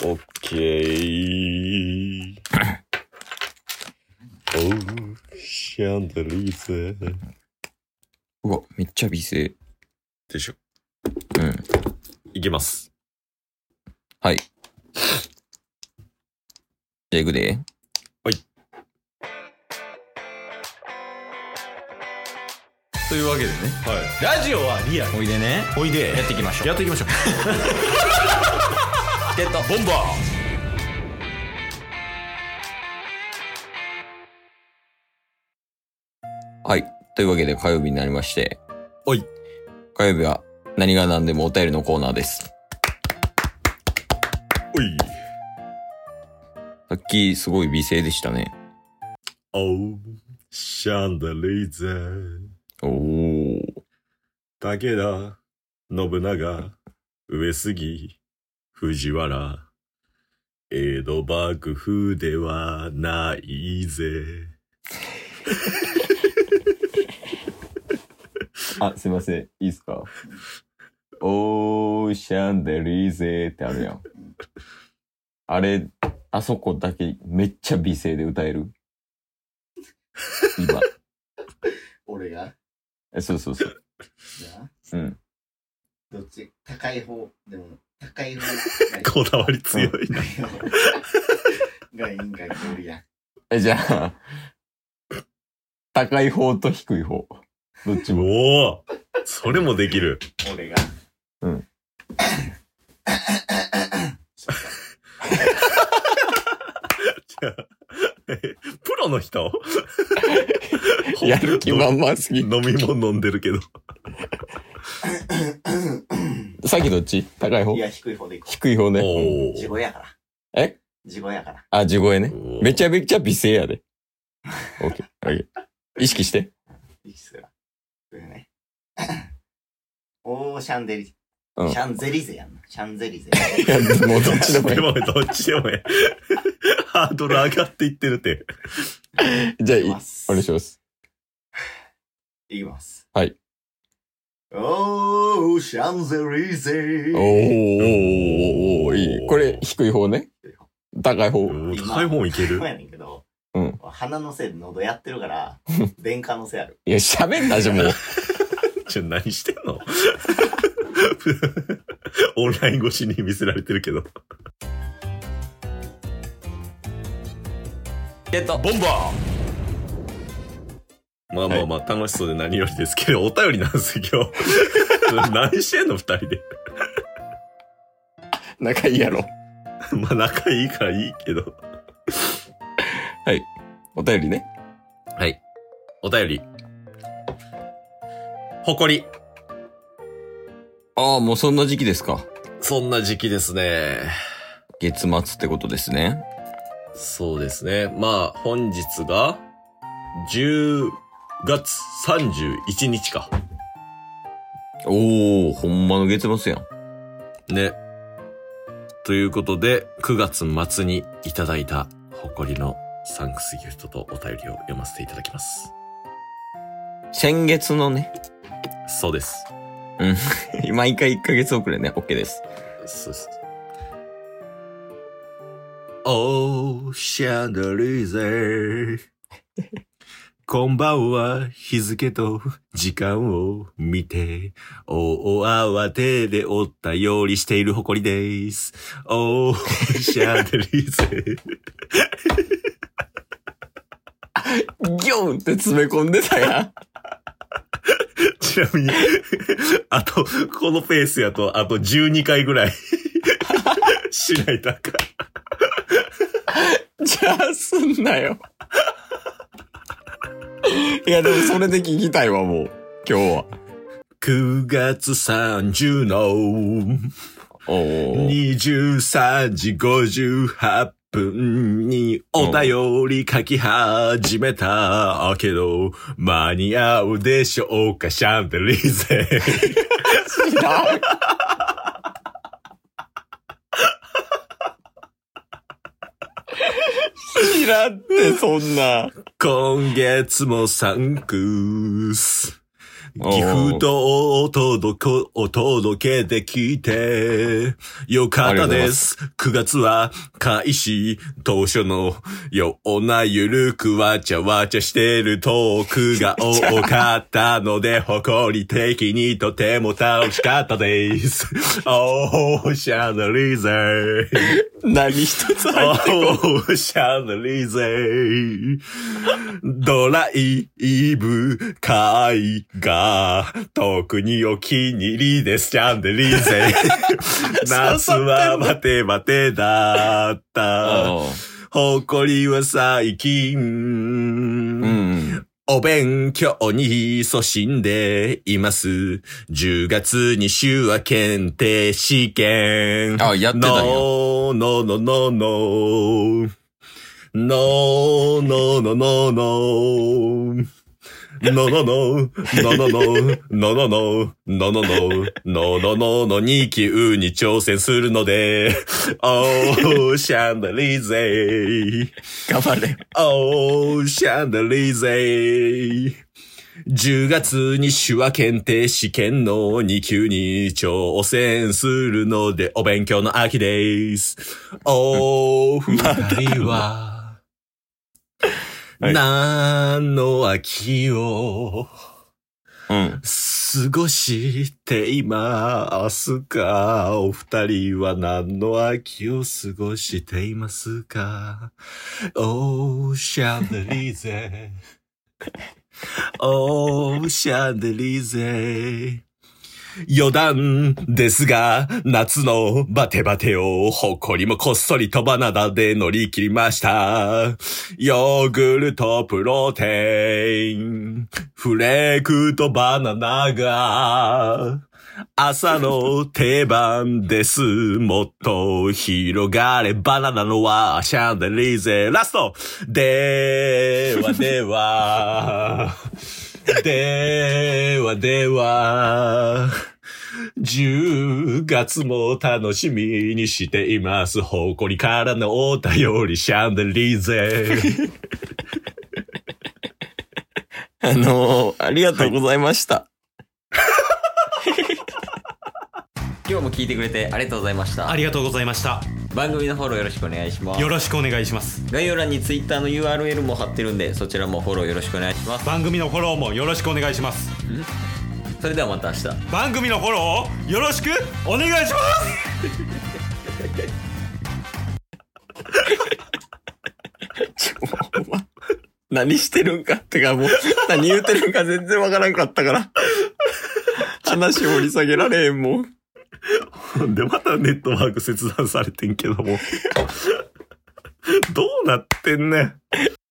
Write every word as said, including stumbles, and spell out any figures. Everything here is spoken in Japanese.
オッケー。おー、シャンデリーゼ。 うわ、めっちゃ美声。 でしょ。 うん。 いきます。 はい。じゃあ行くで。 はい。 というわけでね。 はい。ラジオはリアル。 おいでね。 おいで。 やっていきましょう。 やっていきましょう。 ゲット。 ボンバー。 はい。というわけで火曜日になりまして。 おい。 火曜日は何が何でもお便りのコーナーです。 おい。 さっきすごい美声でしたね。 おー、シャンデリーゼ。 おー。 武田、信長、上杉、藤原。江戸幕府ではないぜ。 あ、すいません。いいっすか？オーシャンデリーゼーってあるやん。あれ、あそこだけめっちゃ美声で歌える。今。 俺がえ、そうそうそう。 じゃあうん。 どっち高い方でも高い方こだわり強いな。 がいいんかい無理や。 え、じゃあ、高い方と低い方。どっちも。 おお、それもできる。 俺が。 うん。 じゃあ、プロの人やる気満々すぎ。 飲み物飲んでるけど。 さっきどっち？高い方？ いや、低い方でいこう。 低い方ね。 お地声やから。 え？ 地声やから。 あ、地声ね。 おめちゃめちゃ美声やで。オッケー。オッケー。意識して。 いいっすよ。これね。オーシャンデリ、 うん。 シャンゼリゼやんな。シャンゼリゼ。 いや、もうどっちでもいい。 でもどっちでもいい。ハードル上がっていってるって。 じゃあ、いい。おいき願ますいします。 いきます。 はい。 オーシャンゼリゼ。 おー、おー、いい。これ、低い方ね。高い方。 高い方いける？ そうやねんけど、 うん。 鼻のせいで喉やってるから、電化のせいある。 いや、喋んなじゃん、もう。 ちょ、何してんの？オンライン越しに見せられてるけど。 ゲット。 ボンバー。まあまあまあ、楽しそうで何よりですけど、お便りなんですよ、今日。何してんの、二人で。 仲いいやろ。 まあ、仲いいからいいけど。 はい。お便りね。 はい。お便り。ほこり。 ああ、もうそんな時期ですか。 そんな時期ですね。 月末ってことですね。 そうですね。まあ、本日が、じゅうがつさんじゅういちにちか。 おー、ほんまの月末やん。 ね。ということで、くがつ末にいただいた誇りのサンクスギフトとお便りを読ませていただきます。 先月のね。 そうです。 うん。毎回いっかげつ遅れね。OK です。 そうです。オーシャンドリーゼ。こんばんは、日付と時間を見て、大慌てでおったよりしている誇りです。オーシャンドリーゼ。 ギョンって詰め込んでたやん。 ちなみに、あと、このペースやと、あとじゅうにかいぐらいしないとあかん。 じゃあすんなよ。いやでもそれで聞きたいわ、もう。今日は。 くがつさんじゅうのにじゅうさんじごじゅうはっぷんにお便り書き始めたけど、間に合うでしょうか、シャンデリーゼ。 知らん。知らんって、そんな。 今月もサンクス。 ギフトをお届け、お届けできて、よかったです。くがつは開始当初のようなゆるくわちゃわちゃしてるトークが多かったので、誇り的にとても楽しかったです。オーシャンドリゼー。 何一つ入ってこん。 オーシャンドリゼー。ドライブ会が特にお気に入りです。シャンデリーゼ。夏は待て待てだった。誇りは最近。うんお勉強に勤しんでいます。じゅうがつに手話検定試験。 あ、やってたんや。 のーのーのーのーのー。のーのーのーのーのー。ののの、ののの、ののの、ののの、ののののに級に挑戦するので、オーシャンデリーゼー。 頑張れ。 オーシャンデリーゼー。じゅうがつに手話検定試験のに級に挑戦するので、お勉強の秋です。おー、二人は、はい、何の秋を、うん、過ごしていますか？お二人は何の秋を過ごしていますか？オーシャンデリーゼ。オーシャンデリーゼ。余談ですが、夏のバテバテを誇りもこっそりとバナナで乗り切りました。ヨーグルトプロテイン、フレークとバナナが朝の定番です。もっと広がれバナナの輪、シャンデリーゼ。ラストではではではでは、じゅうがつも楽しみにしています。誇りからのお便り、シャンデリーゼ。 あのー、ありがとうございました。はい今日も聞いてくれてありがとうございました。 ありがとうございました。 番組のフォローよろしくお願いします。 よろしくお願いします。 概要欄に Twitter の ユーアールエル も貼ってるんで、そちらもフォローよろしくお願いします。 番組のフォローもよろしくお願いします。 それではまた明日。 番組のフォローをよろしくお願いしますちょもう何してるんかってかもう何言うてるんか全然わからんかったから話を掘り下げられへんもん。 で、またネットワーク切断されてんけども。どうなってんねん。